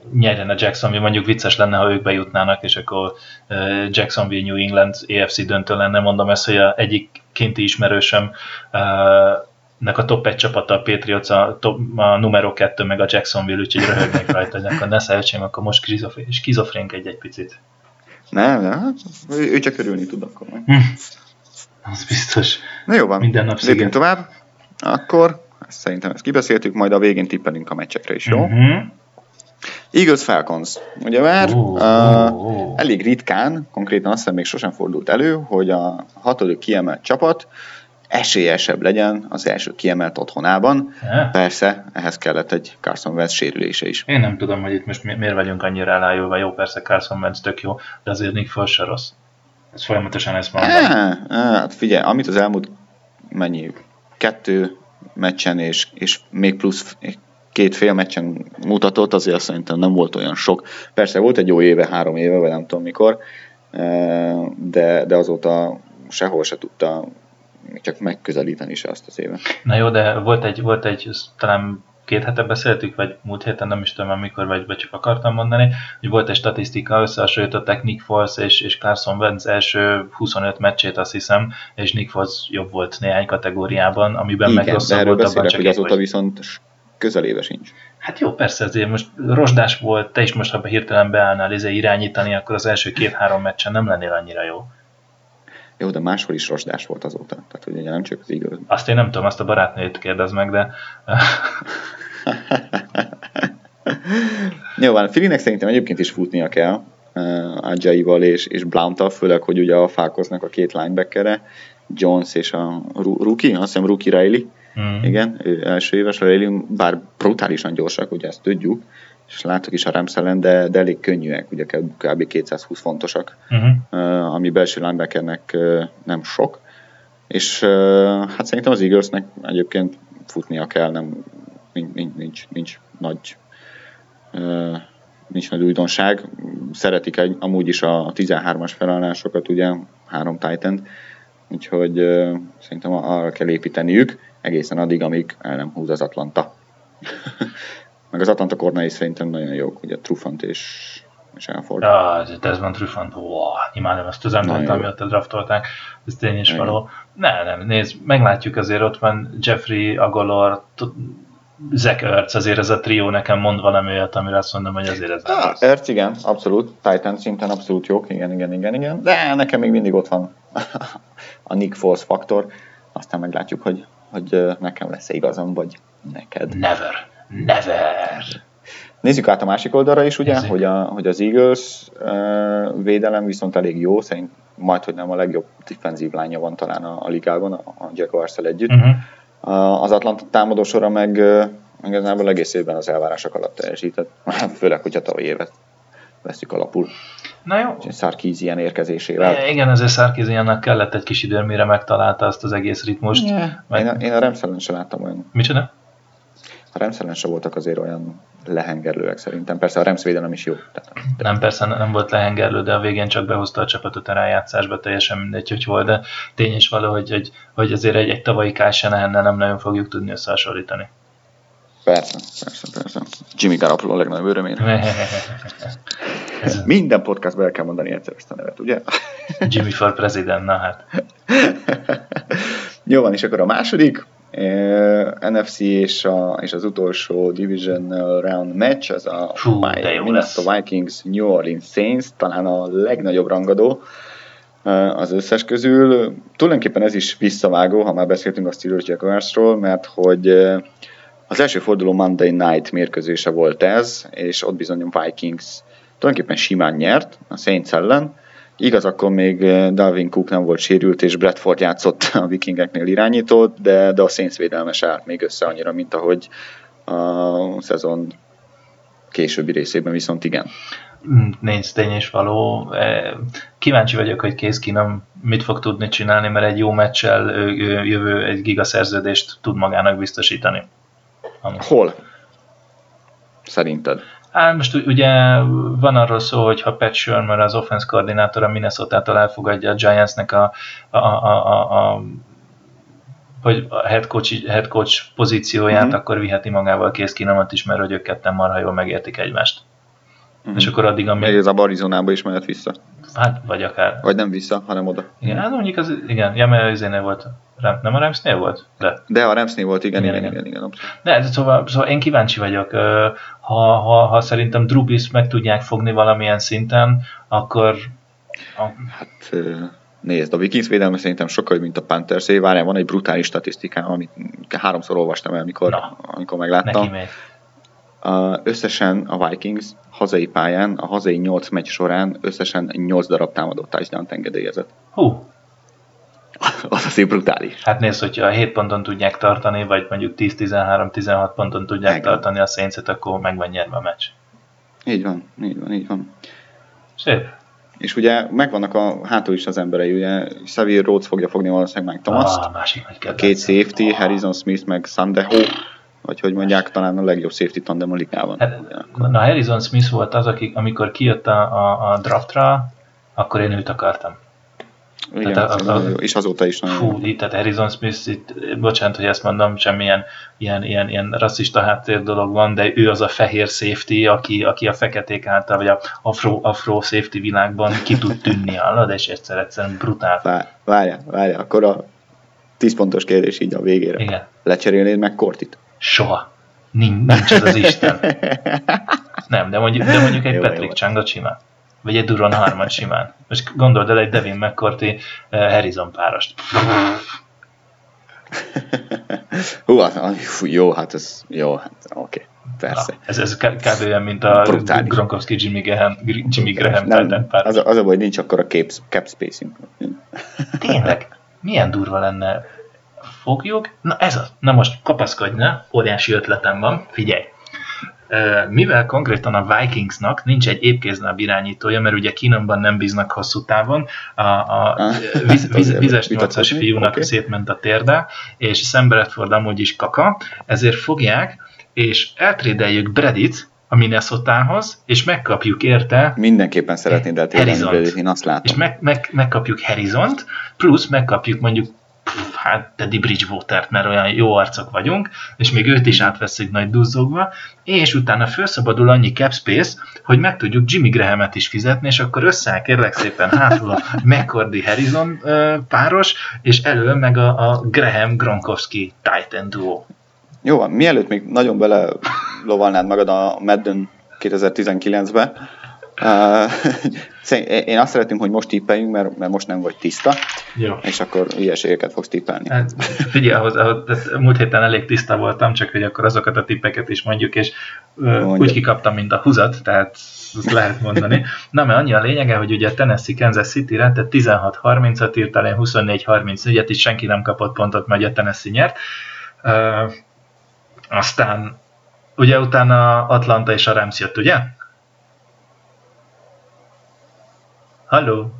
S2: nyerjen a Jacksonville, mondjuk vicces lenne, ha ők bejutnának, és akkor uh, Jacksonville New England á ef cé döntő lenne, mondom ezt, hogy a egyik kinti ismerősöm uh, nek a top egy csapata a Patriots, a, top, a numero kettő, meg a Jacksonville, úgyhogy röhögnék rajta, hogy akkor ne szállítsam, akkor most skizofrénk egy picit.
S1: Nem, nem, ő csak örülni tud akkor.
S2: Hm. Az biztos.
S1: Na jó van,
S2: minden nap
S1: lépjünk tovább. Akkor ezt szerintem ezt kibeszéltük, majd a végén tippelünk a meccsekre is, jó?
S2: Uh-huh.
S1: Eagles Falcons. Ugye már
S2: uh,
S1: uh,
S2: uh, uh.
S1: elég ritkán, konkrétan azt hiszem még sosem fordult elő, hogy a hatodik kiemelt csapat esélyesebb legyen az első kiemelt otthonában.
S2: Yeah.
S1: Persze, ehhez kellett egy Carson Wentz sérülése is.
S2: Én nem tudom, hogy itt most mi- miért vagyunk annyira elájulva. Jó, persze Carson Wentz tök jó, de azért Nick Foles se rossz. Ez folyamatosan ezt mondom.
S1: Hát figyelj, amit az elmúlt mennyi, kettő meccsen és, és még plusz két fél meccsen mutatott, azért szerintem nem volt olyan sok. Persze volt egy jó éve, három éve, vagy nem tudom mikor, de, de azóta sehol se tudta csak megközelíteni se azt az évet.
S2: Na jó, de volt egy, volt egy talán két hete beszéltük, vagy múlt héten, nem is tudom amikor, vagy, vagy csak akartam mondani, hogy volt egy statisztika, összehasonlították Nick Foles és, és Carson Wentz első huszonöt meccsét, azt hiszem, és Nick Foles jobb volt néhány kategóriában, amiben
S1: igen,
S2: meg rosszabb volt abban csak
S1: hogy azóta viszont közelébe sincs.
S2: Hát jó, persze, azért most rozsdás volt, te is most, ha hirtelen beállnál izé irányítani, akkor az első két-három meccsen nem lennél annyira jó.
S1: Jó, de máshol is rozsdás volt azóta. Tehát, hogy ugye nem csak az igaz.
S2: Azt én nem tudom, azt a barátnőjét kérdezd meg, de...
S1: Jó, van, Filinek szerintem egyébként is futnia kell uh, Adjaival és, és Blount-tal, főleg, hogy ugye a Falconsnak a két linebackere, Jones és a rookie, azt hiszem rookie Riley, mm. igen, ő első éves Riley, bár brutálisan gyorsak, ugye ezt tudjuk, és láttuk is a Rams ellen, de, de elég könnyűek, ugye kb. kétszázhúsz fontosak, uh-huh. uh, ami belső linebackernek uh, nem sok, és uh, hát szerintem az Eaglesnek egyébként futnia kell, nem, nincs, nincs, nincs nagy uh, nincs nagy újdonság, szeretik egy, amúgy is a tizenhármas felállásokat, ugye, három Titan, úgyhogy uh, szerintem arra kell építeniük, egészen addig, amíg el nem húz az Atlanta. Meg az Atlanta corner is szerintem nagyon jók, ugye Trufant és, és Alford.
S2: Ja, Desmond Trufant, wow, imádom ezt az embert, amiatt draftolták, ez tény is való. Ne, nem, nézd, meglátjuk, azért ott van Jeffrey, Agolor, Zach Ertz, azért ez a trió nekem mond valami olyat, amire azt mondom, hogy azért ez nem
S1: ah, Ertz, igen, abszolút, Titan szinten abszolút jók, igen, igen, igen, igen, de nekem még mindig ott van a Nick Foles faktor, aztán meglátjuk, hogy, hogy nekem lesz-e igazam, vagy neked.
S2: Never. Never!
S1: Nézzük át a másik oldalra is, ugye, hogy, a, hogy az Eagles uh, védelem viszont elég jó, szerint majd, hogy nem a legjobb defenzív lánya van talán a, a ligában, a, a Jaguars-szel együtt. Uh-huh. Uh, az Atlanta támadósora meg uh, igazából egész évben az elvárások alatt teljesített, főleg, hogyha tavalyi évet veszük alapul.
S2: Na jó.
S1: Sarkisian érkezésével.
S2: É, igen, azért Sarkisiannak kellett egy kis idő, mire megtalálta azt az egész ritmust.
S1: Yeah. Meg... Én, a, én a Rams ellen sem láttam olyan.
S2: Micsoda?
S1: A Rams ellen sem voltak azért olyan lehengerlőek szerintem. Persze a Rams védelem is jó. Tehát,
S2: nem, persze nem volt lehengerlő, de a végén csak behozta a csapatot a rájátszásba, teljesen mindegy, hogy hol, de tény is való, hogy, hogy, hogy azért egy, egy tavalyi Kyle Shanahannel nem nagyon fogjuk tudni összehasonlítani.
S1: Persze, persze, persze. Jimmy Garoppolo a legnagyobb örömén. Minden podcastban el kell mondani egyszer ezt a nevet, ugye?
S2: Jimmy for President, na hát.
S1: Jó van, és akkor a második en ef cé és, a, és az utolsó Divisional Round match, az a
S2: Fú,
S1: Minnesota Vikings New Orleans Saints, talán a legnagyobb rangadó az összes közül. Tulajdonképpen ez is visszavágó, ha már beszéltünk a Steelers Jaguarsról, mert hogy az első forduló Monday Night mérkőzése volt ez, és ott bizony a Vikings tulajdonképpen simán nyert a Saints ellen. Igaz, akkor még Dalvin Cook nem volt sérült, és Bradford játszott a Vikingeknél irányítót, de, de a Saints védelmes állt még össze annyira, mint ahogy a szezon későbbi részében viszont igen.
S2: Nincs tény és való. Kíváncsi vagyok, hogy Case Keenum mit fog tudni csinálni, mert egy jó meccsel jövő egy gigaszerződést tud magának biztosítani.
S1: Hol? Szerinted?
S2: Hát most ugye van arról szó, hogy ha Pat Shurmur, az offense koordinátor a Minnesota-tól elfogadja a Giantsnek a, a, a, a, a, hogy a head coach, head coach pozícióját, mm-hmm. akkor viheti magával Case Keenumot is, mert hogy ők ketten marha jól megértik egymást. Uh-huh. És akkor addig,
S1: amíg... Ez a Arizonába is mehet vissza.
S2: Hát, vagy akár.
S1: Vagy nem vissza, hanem oda.
S2: Igen, hát mondjuk az, igen, ja, mert az volt. Nem a Ramsnél volt? De,
S1: De a Ramsnél volt, igen, igen, igen. igen, igen, igen.
S2: De, szóval, szóval én kíváncsi vagyok. Ha, ha, ha szerintem Drew Brees meg tudják fogni valamilyen szinten, akkor... A...
S1: Hát nézd, a Vikings védelme szerintem sokkal jobb, mint a Panthers-é. Várjál, van egy brutális statisztikám, amit háromszor olvastam el, amikor, amikor megláttam. Uh, összesen a Vikings hazai pályán, a hazai nyolc meccs során összesen nyolc darab támadó touchdown-t engedélyezett.
S2: Hú!
S1: Az azért brutális.
S2: Hát nézd, hogyha hét ponton tudják tartani, vagy mondjuk tíz tizenhárom tizenhat ponton tudják Meg. tartani a Saints-et, akkor meg van nyerve a meccs.
S1: Így van, így van, így van.
S2: Szép.
S1: És ugye megvannak a hátul is az emberei, ugye Xavier Rhodes fogja fogni valószínűleg Mike Thomas-t,
S2: ah, másik nagy
S1: a két safety, oh. Harrison Smith meg Sandeho, vagy hogy mondják, talán a legjobb safety tandem a ligában.
S2: Hát, na Harrison Smith volt az, aki, amikor kijött a, a, a draftra, akkor én őt akartam.
S1: Igen, a, a, a, és azóta is nagyon
S2: fú, itt, tehát Harrison Smith, itt, bocsánat, hogy ezt mondom, semmilyen ilyen, ilyen, ilyen rasszista háttér dolog van, de ő az a fehér safety, aki, aki a feketék által, vagy a afro, afro safety világban ki tud tűnni, hallod, és egyszer egyszerűen brutál.
S1: Várjál, várjál, akkor a tíz pontos kérdés így a végére.
S2: Igen.
S1: Lecserélnéd meg Kortit?
S2: Soha. Nincs, nincs az az Isten. Nem, de mondjuk, de mondjuk egy jó, Patrick Changot simán. Vagy egy Duron Harmon simán. Most gondold el egy Devin McCourty uh, Harrison párost.
S1: Hú, fú, jó, hát ez jó, hát oké, okay, persze.
S2: Na, ez, ez kb. Olyan, mint a brutális. Gronkowski Jimmy Graham, Jimmy Graham
S1: nem, páros. Az, az a baj, nincs akkor a cap, cap spacing.
S2: Tényleg? Milyen durva lenne? Fogjuk? Na ez az. Na most kapaszkodj, ne? Óriási ötletem van. Figyelj! Mivel konkrétan a Vikingsnak nincs egy épkézláb irányítója, mert ugye Keenumban nem bíznak hosszú távon, a, a viz, viz, vizes nyolcas fiúnak okay. szétment a térde, és Sam Bradford amúgy is kaka, ezért fogják, és eltrédeljük Bradit a Minnesotához, és megkapjuk érte
S1: mindenképpen szeretnéd eltrédelni Bradit, én azt látom.
S2: És meg, meg, megkapjuk Harrisont, plusz megkapjuk mondjuk hát Teddy Bridgewater-t, mert olyan jó arcok vagyunk, és még őt is átveszünk nagy duzzogva, és utána felszabadul annyi cap space, hogy meg tudjuk Jimmy Graham-et is fizetni, és akkor összeáll kérlek szépen hátul a McCordy Harrison páros, és elő meg a, a Graham-Gronkowski Titan duo.
S1: Jó van, mielőtt még nagyon bele lovalnád magad a Madden kétezer-tizenkilencbe, Uh, én azt szeretném, hogy most tippeljünk, mert, mert most nem vagy tiszta,
S2: jó.
S1: És akkor hülyeségeket fogsz tippelni.
S2: Hát, figyelj, ahhoz, ahhoz, múlt héten elég tiszta voltam, csak hogy akkor azokat a tippeket is mondjuk, és uh, úgy kikaptam, mint a húzat, tehát azt lehet mondani. Na, mert annyi a lényege, hogy ugye a Tennessee Kansas City-re, tehát tizenhat harmincat írtál, én huszonnégy harmincnégyet, itt senki nem kapott pontot, mert a Tennessee nyert. Uh, aztán ugye utána Atlanta és a Rams jött, ugye? Halló?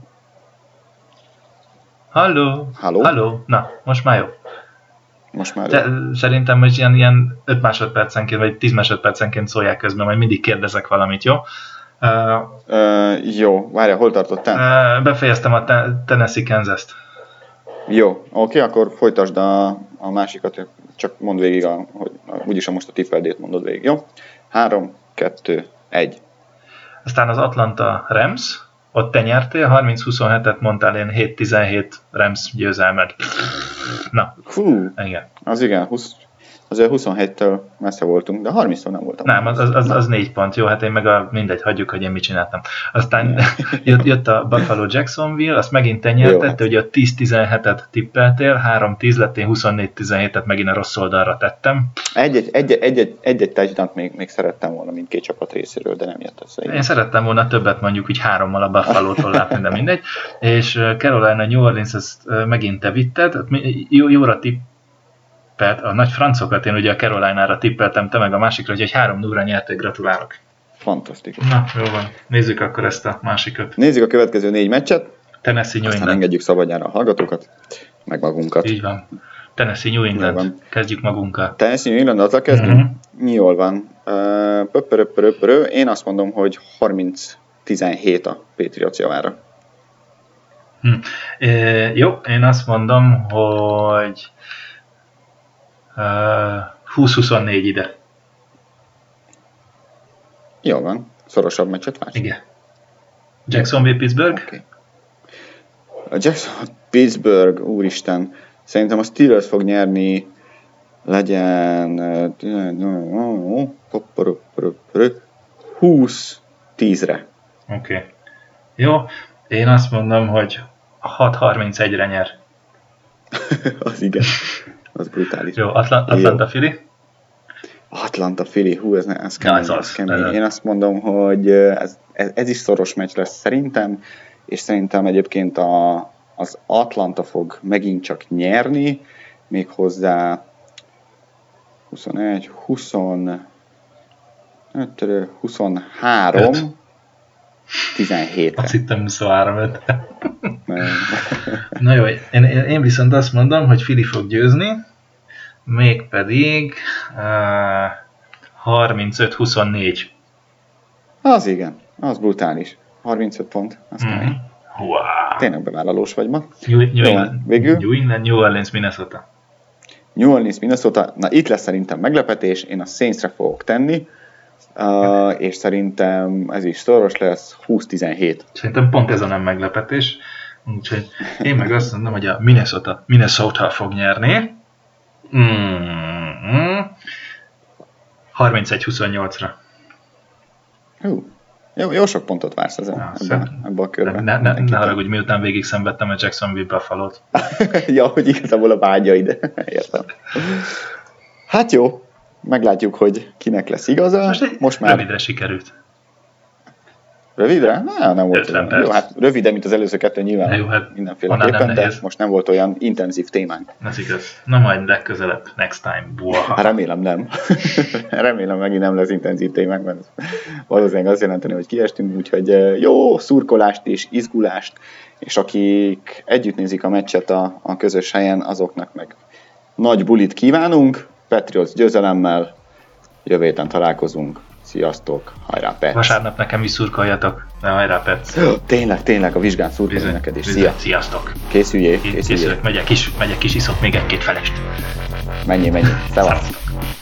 S2: Halló?
S1: Halló?
S2: Halló? Na, most már jó.
S1: Most már
S2: De, szerintem, hogy ilyen, ilyen öt másodpercenként, vagy tíz másodpercenként szólják közben, majd mindig kérdezek valamit, jó? Uh,
S1: uh, jó, várjál, hol tartottál?
S2: Uh, befejeztem a te- Tennessee Kansas-t.
S1: Jó, oké, okay, akkor folytasd a, a másikat, csak mondd végig, a, hogy úgyis a most a tippeldét mondod végig, jó? Három, kettő, egy.
S2: Aztán az Atlanta Rams, ott te nyertél, harminc huszonhetet mondtál, én hét tizenhét Rams győzelmet. Na,
S1: hú,
S2: igen.
S1: Az igen, húsz, azért huszonhéttől messze voltunk, de harminctól nem voltam.
S2: Nem, az, az, az, az négy pont, jó, hát én meg a, mindegy, hagyjuk, hogy én mit csináltam. Aztán jött, jött a Buffalo Jacksonville, azt megint te nyerted, hogy a tíz tizenhetet tippeltél, három tíz lett, én huszonnégy tizenhétet megint a rossz oldalra tettem.
S1: Egy-egy, egy-egy, egy-egy, egy-egy touchdownt még, még szerettem volna mindkét csapat részéről, de nem jött össze.
S2: Én szerettem volna többet mondjuk, úgy hárommal a Buffalo-tól látni, de mindegy. És Carolina New Orleans, ezt megint te vitted, jó, jóra tipp, a nagy francokat én ugye a Carolina-ra tippeltem, te meg a másikra, hogy egy három nulla nyerték, gratulálok.
S1: Fantasztikus.
S2: Na, jó van. Nézzük akkor ezt a másikat.
S1: Nézzük a következő négy meccset.
S2: Tennessee New England.
S1: Aztán engedjük szabadjára a hallgatókat, meg magunkat.
S2: Így van. Tennessee New England. Kezdjük magunkkal.
S1: Tennessee New England, azzal kezdünk? Uh-huh. Jól van. Pöppöröppöröppörö. Én azt mondom, hogy harminc tizenhét a Patriots javára.
S2: Hm. E, jó, én azt mondom, hogy Uh, húsz huszonnégy ide.
S1: Jó van. szorosabb meccset vársz?
S2: Igen. Jacksonville Pittsburgh?
S1: Okay. A Jackson Pittsburgh, úristen, szerintem a Steelers fog nyerni, legyen húsz tízre.
S2: Oké. Okay. Jó, én azt mondom, hogy hat harmincegyre nyer.
S1: Az igen, az brutális.
S2: Jó, Atla- Atlanta Philly?
S1: Atlanta Philly, hú, ez, ne, ez kemény,
S2: ez az,
S1: ez kemény.
S2: ez
S1: Én azt mondom, hogy ez, ez, ez is szoros meccs lesz szerintem, és szerintem egyébként a, az Atlanta fog megint csak nyerni, méghozzá huszonegy, húsz, huszonhárom, tizenhétre.
S2: Azt hittem huszonhárom öt. Na jó, én, én viszont azt mondom, hogy Philly fog győzni, mégpedig uh, harmincöt huszonnégy.
S1: Az igen, az brutális. harmincöt pont, az kemény. Mm.
S2: Wow.
S1: Tényleg bevállalós vagy ma.
S2: New, New,
S1: jó,
S2: England,
S1: végül?
S2: New England, New Orleans, Minnesota.
S1: New Orleans, Minnesota. Na itt lesz szerintem meglepetés, én a Saintsre fogok tenni, uh, és szerintem ez is szoros lesz, húsz tizenhét.
S2: Szerintem pont ez a nem meglepetés. Úgyhogy én meg azt mondom, hogy a Minnesota, Minnesota fog nyerni. Mm-hmm. harmincegy huszonnyolcra.
S1: Hú, jó, jó sok pontot vársz ezen, ja, ebben, ebben a körben.
S2: Ne, ne, ne haragudj, miután végig szenvedtem a Jacksonville Buffalo-t.
S1: Ja, hogy igazából a vágyaid. Értem. Hát jó, meglátjuk, hogy kinek lesz igaza.
S2: Most,
S1: Most már...
S2: rövidre sikerült.
S1: Rövidre? Na, nem volt olyan.
S2: Perc.
S1: Jó, hát rövidre, mint az előző kettő nyilván jó, hát mindenféleképpen, de most nem volt olyan intenzív témánk.
S2: Ez igaz. Na majd legközelebb, next time.
S1: Hát remélem nem. Remélem megint nem lesz intenzív témánk, mert valószínűleg azt jelenteni, hogy kiestünk, úgyhogy jó szurkolást és izgulást, és akik együtt nézik a meccset a, a közös helyen, azoknak meg nagy bulit kívánunk, Patriots győzelemmel, jövő héten találkozunk. Sziasztok, hajrá Pets!
S2: Vasárnap nekem is szurkoljatok, de hajrá Pets!
S1: Tényleg, tényleg, a vizsgán szurkolj neked is. Szia!
S2: Sziasztok!
S1: Készüljél, készüljél.
S2: Készülök, megyek is, megyek is, iszok még egy-két felest.
S1: Menjél, menjél. Szevasz!